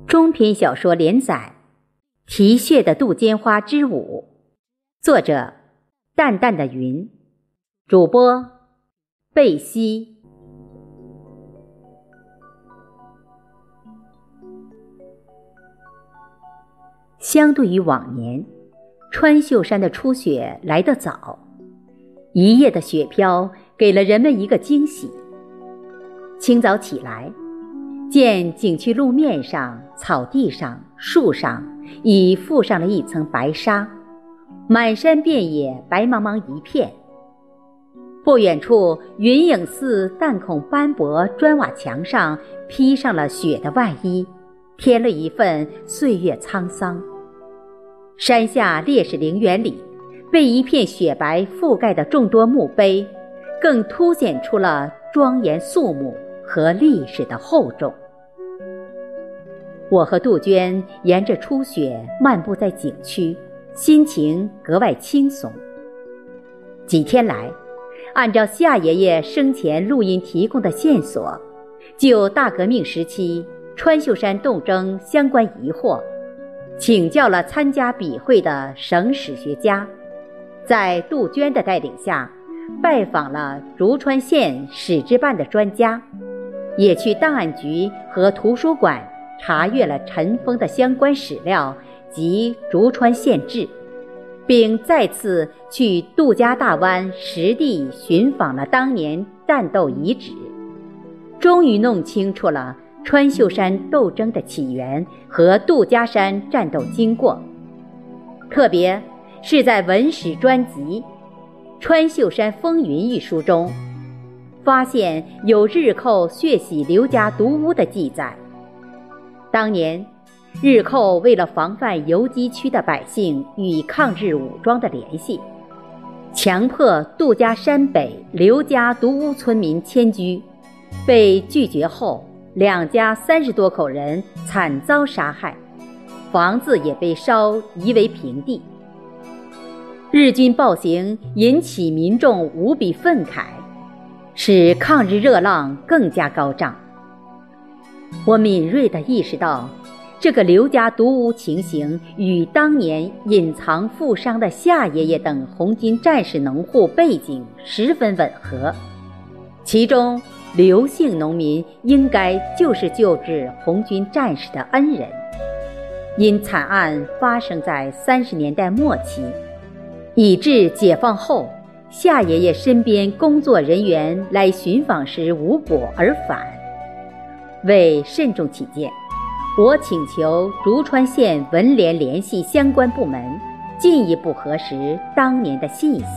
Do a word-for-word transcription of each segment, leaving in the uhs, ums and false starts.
中篇小说连载《啼血的杜鹃花之舞》，作者淡淡的云，主播贝西。相对于往年，川秀山的初雪来得早，一夜的雪飘给了人们一个惊喜。清早起来，见景区路面上、草地上、树上已覆上了一层白纱，满山遍野白茫茫一片。不远处云影寺弹孔斑驳砖瓦墙上披上了雪的外衣，添了一份岁月沧桑。山下烈士陵园里被一片雪白覆盖的众多墓碑，更凸显出了庄严肃穆和历史的厚重。我和杜鹃沿着初雪漫步在景区，心情格外轻松。几天来，按照夏爷爷生前录音提供的线索，就大革命时期川秀山斗争相关疑惑，请教了参加笔会的省史学家，在杜鹃的带领下，拜访了竹川县史志办的专家，也去档案局和图书馆查阅了尘封的相关史料及竹川县志，并再次去杜家大湾实地寻访了当年战斗遗址，终于弄清楚了川秀山斗争的起源和杜家山战斗经过。特别是在文史专辑《川秀山风云》一书中，发现有日寇血洗刘家独屋的记载。当年日寇为了防范游击区的百姓与抗日武装的联系，强迫杜家山北刘家独屋村民迁居，被拒绝后，两家三十多口人惨遭杀害，房子也被烧夷为平地。日军暴行引起民众无比愤慨，使抗日热浪更加高涨。我敏锐地意识到，这个刘家独屋情形与当年隐藏负伤的夏爷爷等红军战士农户背景十分吻合，其中刘姓农民应该就是救治红军战士的恩人。因惨案发生在三十年代末期，以致解放后夏爷爷身边工作人员来寻访时无果而返。为慎重起见，我请求竹川县文联联系相关部门，进一步核实当年的信息。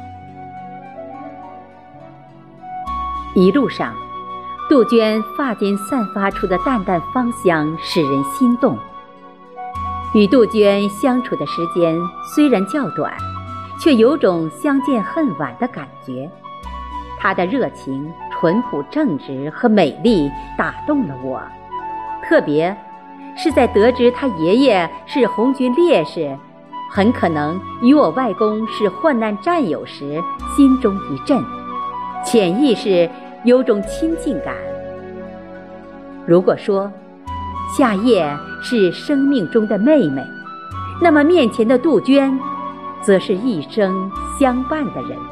一路上，杜鹃发间散发出的淡淡芳香使人心动。与杜鹃相处的时间虽然较短，却有种相见恨晚的感觉。她的热情、淳朴正直和美丽打动了我，特别是在得知他爷爷是红军烈士，很可能与我外公是患难战友时，心中一震，潜意识有种亲近感。如果说夏夜是生命中的妹妹，那么面前的杜鹃则是一生相伴的人。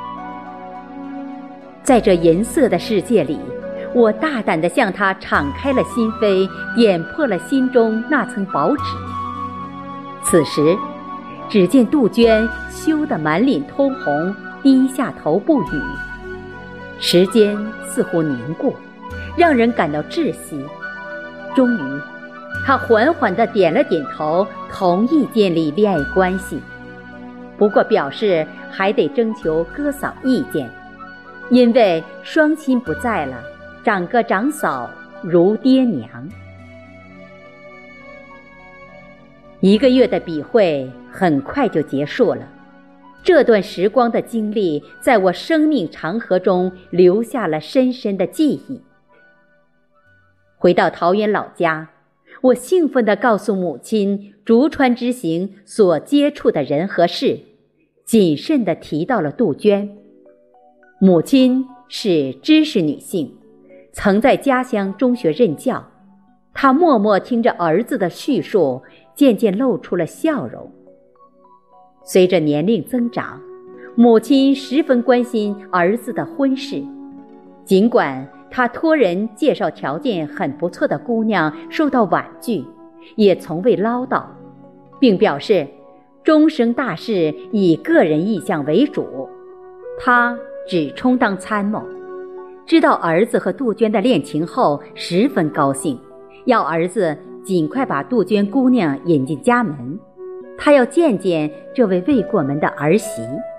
在这银色的世界里，我大胆地向她敞开了心扉，点破了心中那层薄纸。此时只见杜鹃羞得满脸通红，低下头不语。时间似乎凝固，让人感到窒息。终于她缓缓地点了点头，同意建立恋爱关系，不过表示还得征求哥嫂意见，因为双亲不在了，长哥长嫂如爹娘。一个月的笔会很快就结束了，这段时光的经历在我生命长河中留下了深深的记忆。回到桃园老家，我兴奋地告诉母亲竹川之行所接触的人和事，谨慎地提到了杜鹃。母亲是知识女性，曾在家乡中学任教，她他默默听着儿子的叙述，渐渐露出了笑容。随着年龄增长，母亲十分关心儿子的婚事，尽管他托人介绍条件很不错的姑娘受到婉拒，也从未唠叨，并表示终生大事以个人意向为主，他只充当参谋。知道儿子和杜鹃的恋情后，十分高兴，要儿子尽快把杜鹃姑娘引进家门，他要见见这位未过门的儿媳。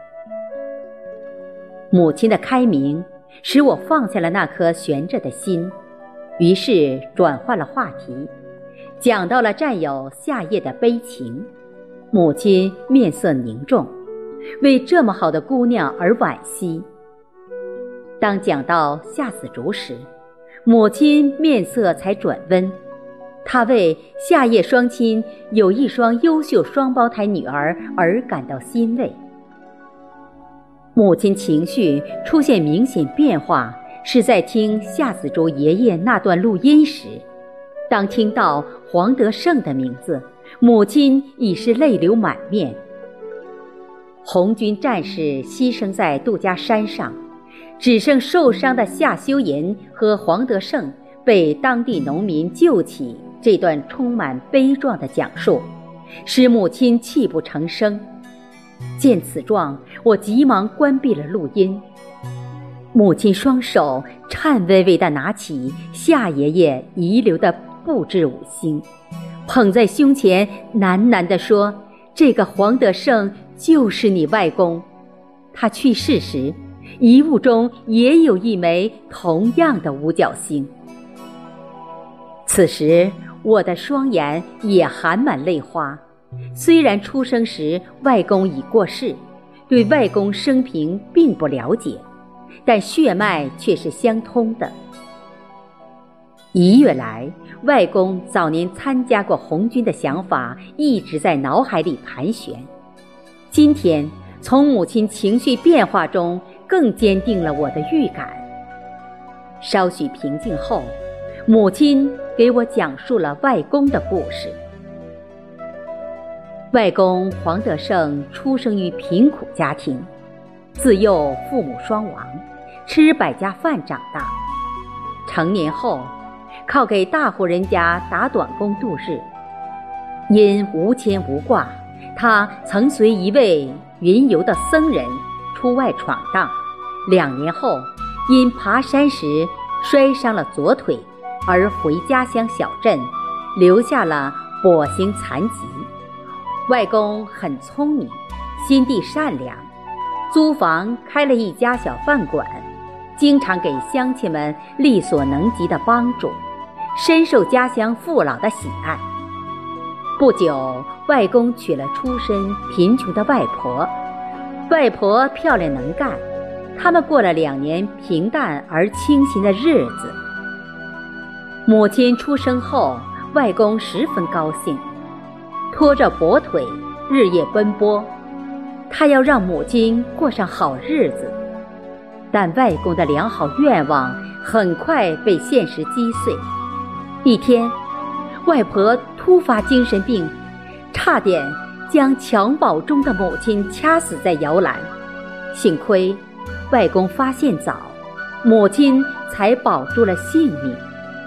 母亲的开明使我放下了那颗悬着的心，于是转换了话题，讲到了战友夏夜的悲情。母亲面色凝重，为这么好的姑娘而惋惜。当讲到夏死竹时，母亲面色才转温，她为夏夜双亲有一双优秀双胞胎女儿而感到欣慰。母亲情绪出现明显变化，是在听夏子竹爷爷那段录音时，当听到黄德胜的名字，母亲已是泪流满面。红军战士牺牲在杜家山上，只剩受伤的夏修银和黄德胜被当地农民救起，这段充满悲壮的讲述，使母亲泣不成声。见此状，我急忙关闭了录音。母亲双手颤巍巍地拿起夏爷爷遗留的布制五星，捧在胸前，喃喃地说：“这个黄德胜就是你外公，他去世时遗物中也有一枚同样的五角星。”此时我的双眼也含满泪花，虽然出生时外公已过世，对外公生平并不了解，但血脉却是相通的。一月来，外公早年参加过红军的想法一直在脑海里盘旋，今天从母亲情绪变化中更坚定了我的预感。稍许平静后，母亲给我讲述了外公的故事。外公黄德胜出生于贫苦家庭，自幼父母双亡，吃百家饭长大。成年后，靠给大户人家打短工度日。因无牵无挂，他曾随一位云游的僧人出外闯荡，两年后因爬山时摔伤了左腿，而回家乡小镇，留下了跛行残疾。外公很聪明，心地善良，租房开了一家小饭馆，经常给乡亲们力所能及的帮助，深受家乡父老的喜爱。不久，外公娶了出身贫穷的外婆，外婆漂亮能干，他们过了两年平淡而清闲的日子。母亲出生后，外公十分高兴，拖着跛腿日夜奔波，他要让母亲过上好日子。但外公的良好愿望很快被现实击碎。一天，外婆突发精神病，差点将襁褓中的母亲掐死在摇篮，幸亏外公发现早，母亲才保住了性命。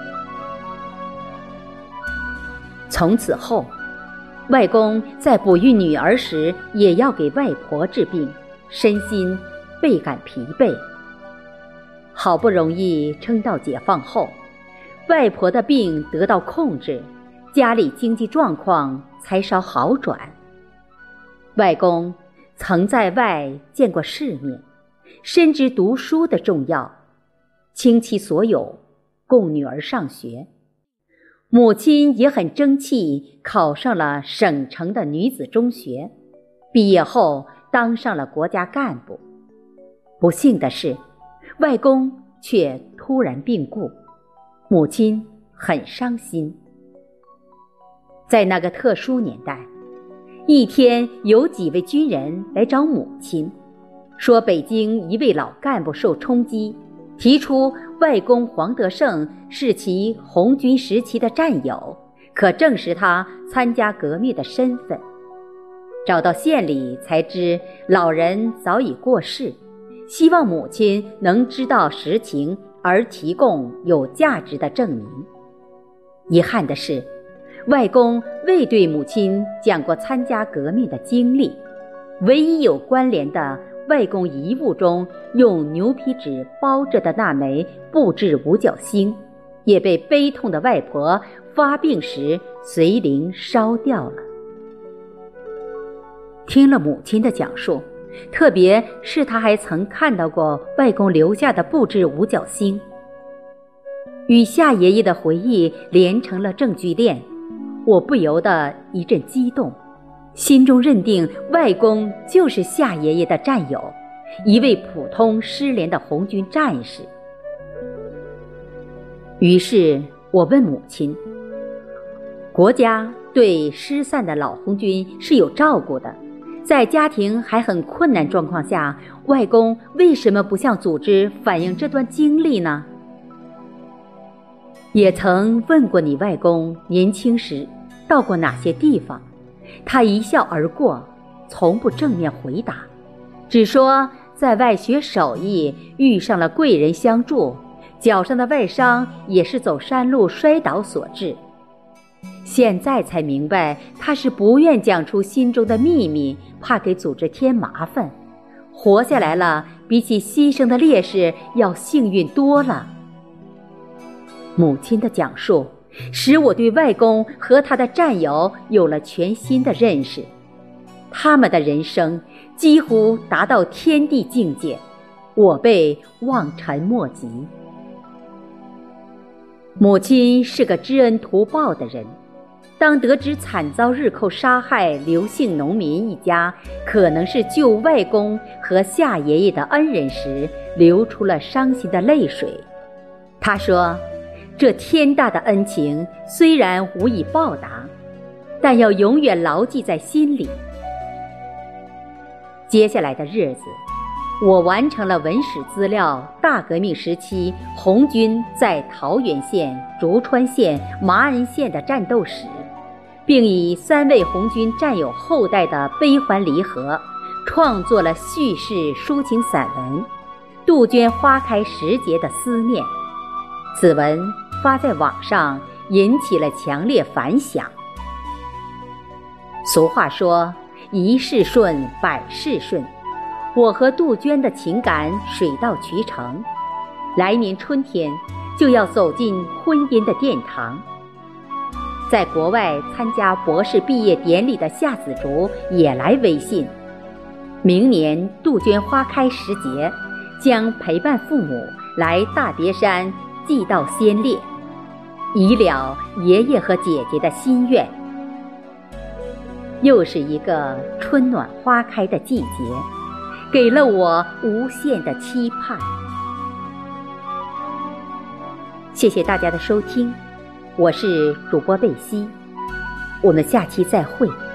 从此后，外公在哺育女儿时也要给外婆治病，身心倍感疲惫。好不容易撑到解放后，外婆的病得到控制，家里经济状况才稍好转。外公曾在外见过世面，深知读书的重要，倾其所有供女儿上学。母亲也很争气，考上了省城的女子中学，毕业后当上了国家干部。不幸的是，外公却突然病故，母亲很伤心。在那个特殊年代，一天有几位军人来找母亲，说北京一位老干部受冲击， 提出外公黄德胜是其红军时期的战友，可证实他参加革命的身份。找到县里才知老人早已过世，希望母亲能知道实情而提供有价值的证明。遗憾的是，外公未对母亲讲过参加革命的经历，唯一有关联的外公遗物中用牛皮纸包着的那枚布制五角星，也被悲痛的外婆发病时随灵烧掉了。听了母亲的讲述，特别是她还曾看到过外公留下的布制五角星，与夏爷爷的回忆连成了证据链，我不由得一阵激动，心中认定外公就是夏爷爷的战友，一位普通失联的红军战士。于是我问母亲，国家对失散的老红军是有照顾的，在家庭还很困难状况下，外公为什么不向组织反映这段经历呢？也曾问过你外公年轻时到过哪些地方，他一笑而过，从不正面回答，只说在外学手艺，遇上了贵人相助，脚上的外伤也是走山路摔倒所致。现在才明白，他是不愿讲出心中的秘密，怕给组织添麻烦，活下来了，比起牺牲的烈士要幸运多了。母亲的讲述使我对外公和他的战友有了全新的认识，他们的人生几乎达到天地境界，我被望尘莫及。母亲是个知恩图报的人，当得知惨遭日寇杀害刘姓农民一家可能是救外公和夏爷爷的恩人时，流出了伤心的泪水。他说，这天大的恩情虽然无以报答，但要永远牢记在心里。接下来的日子，我完成了文史资料大革命时期红军在桃源县、竹川县、麻仁县的战斗史，并以三位红军战友后代的悲欢离合，创作了叙事抒情散文《杜鹃花开时节的思念》。此文发在网上，引起了强烈反响。俗话说，一事顺，百事顺。我和杜鹃的情感水到渠成，来年春天就要走进婚姻的殿堂。在国外参加博士毕业典礼的夏子竹也来微信，明年杜鹃花开时节，将陪伴父母来大别山祭悼先烈，以了爷爷和姐姐的心愿。又是一个春暖花开的季节，给了我无限的期盼。谢谢大家的收听，我是主播贝西，我们下期再会。